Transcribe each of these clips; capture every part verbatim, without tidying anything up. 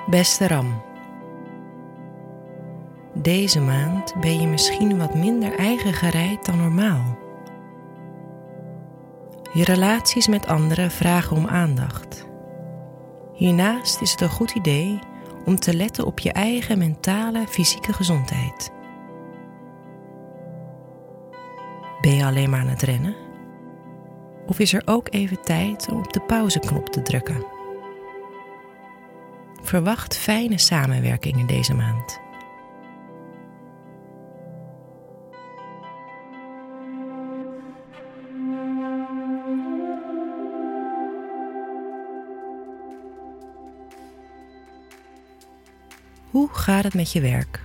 Beste Ram, deze maand ben je misschien wat minder eigengereid dan normaal. Je relaties met anderen vragen om aandacht. Hiernaast is het een goed idee om te letten op je eigen mentale, fysieke gezondheid. Ben je alleen maar aan het rennen? Of is er ook even tijd om op de pauzeknop te drukken? Verwacht fijne samenwerkingen deze maand. Hoe gaat het met je werk?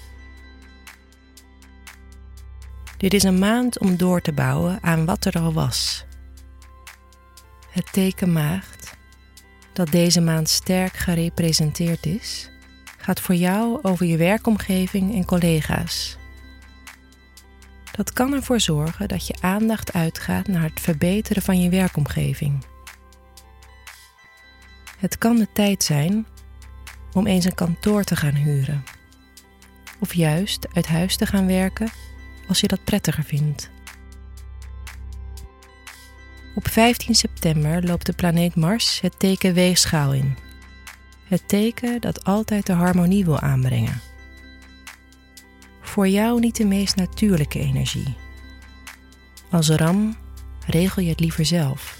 Dit is een maand om door te bouwen aan wat er al was. Het teken Maagd, dat deze maand sterk gerepresenteerd is, gaat voor jou over je werkomgeving en collega's. Dat kan ervoor zorgen dat je aandacht uitgaat naar het verbeteren van je werkomgeving. Het kan de tijd zijn om eens een kantoor te gaan huren. Of juist uit huis te gaan werken als je dat prettiger vindt. Op vijftien september loopt de planeet Mars het teken Weegschaal in. Het teken dat altijd de harmonie wil aanbrengen. Voor jou niet de meest natuurlijke energie. Als Ram regel je het liever zelf.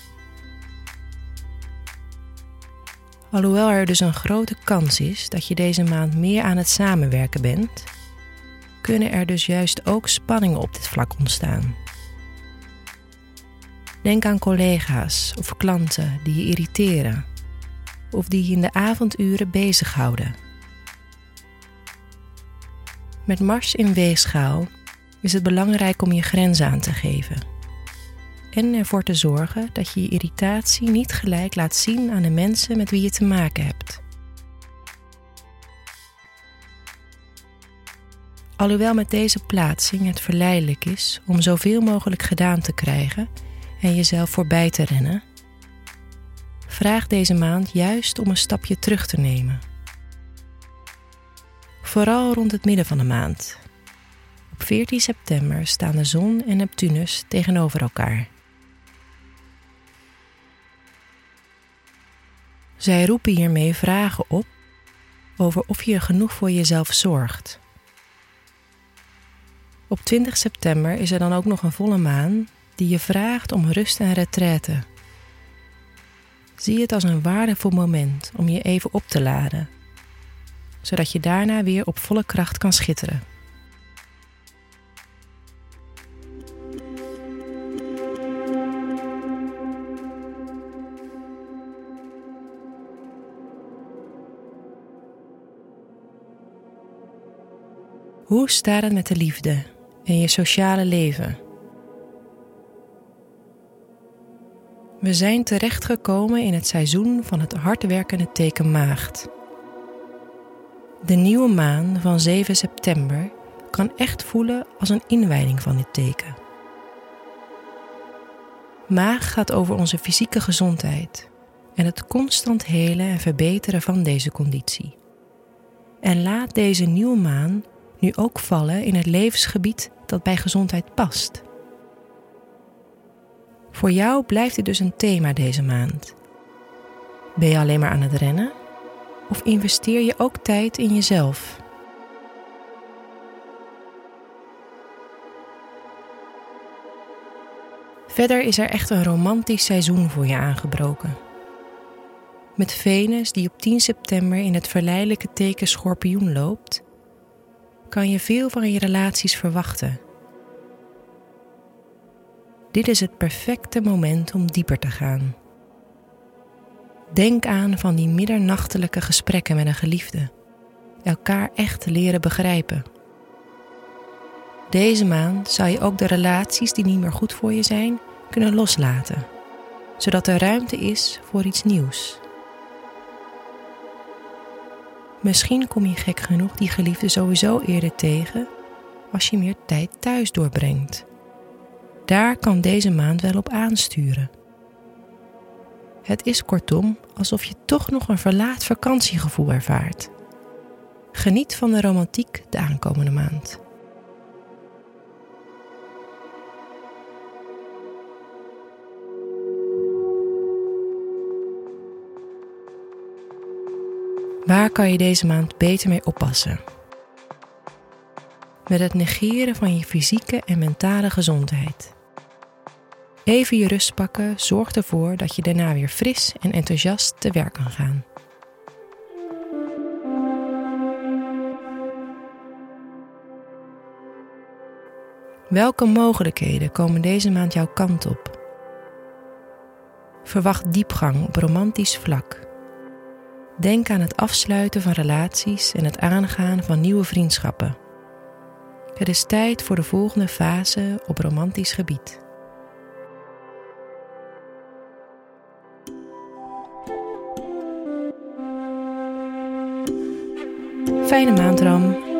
Alhoewel er dus een grote kans is dat je deze maand meer aan het samenwerken bent, kunnen er dus juist ook spanningen op dit vlak ontstaan. Denk aan collega's of klanten die je irriteren of die je in de avonduren bezighouden. Met Mars in Weegschaal is het belangrijk om je grenzen aan te geven en ervoor te zorgen dat je je irritatie niet gelijk laat zien aan de mensen met wie je te maken hebt. Alhoewel met deze plaatsing het verleidelijk is om zoveel mogelijk gedaan te krijgen en jezelf voorbij te rennen, vraag deze maand juist om een stapje terug te nemen. Vooral rond het midden van de maand. Op veertien september staan de zon en Neptunus tegenover elkaar. Zij roepen hiermee vragen op over of je genoeg voor jezelf zorgt. Op twintig september is er dan ook nog een volle maan die je vraagt om rust en retraite. Zie het als een waardevol moment om je even op te laden, zodat je daarna weer op volle kracht kan schitteren. Hoe staat het met de liefde en je sociale leven? We zijn terechtgekomen in het seizoen van het hardwerkende teken Maagd. De nieuwe maan van zeven september kan echt voelen als een inwijding van dit teken. Maagd gaat over onze fysieke gezondheid en het constant helen en verbeteren van deze conditie. En laat deze nieuwe maan nu ook vallen in het levensgebied dat bij gezondheid past. Voor jou blijft dit dus een thema deze maand. Ben je alleen maar aan het rennen? Of investeer je ook tijd in jezelf? Verder is er echt een romantisch seizoen voor je aangebroken. Met Venus die op tien september in het verleidelijke teken Schorpioen loopt, kan je veel van je relaties verwachten. Dit is het perfecte moment om dieper te gaan. Denk aan van die middernachtelijke gesprekken met een geliefde. Elkaar echt leren begrijpen. Deze maand zou je ook de relaties die niet meer goed voor je zijn, kunnen loslaten, zodat er ruimte is voor iets nieuws. Misschien kom je gek genoeg die geliefde sowieso eerder tegen als je meer tijd thuis doorbrengt. Daar kan deze maand wel op aansturen. Het is kortom alsof je toch nog een verlaat vakantiegevoel ervaart. Geniet van de romantiek de aankomende maand. Waar kan je deze maand beter mee oppassen? Met het negeren van je fysieke en mentale gezondheid. Even je rust pakken zorgt ervoor dat je daarna weer fris en enthousiast te werk kan gaan. Welke mogelijkheden komen deze maand jouw kant op? Verwacht diepgang op romantisch vlak. Denk aan het afsluiten van relaties en het aangaan van nieuwe vriendschappen. Het is tijd voor de volgende fase op romantisch gebied. Fijne maand, Ram.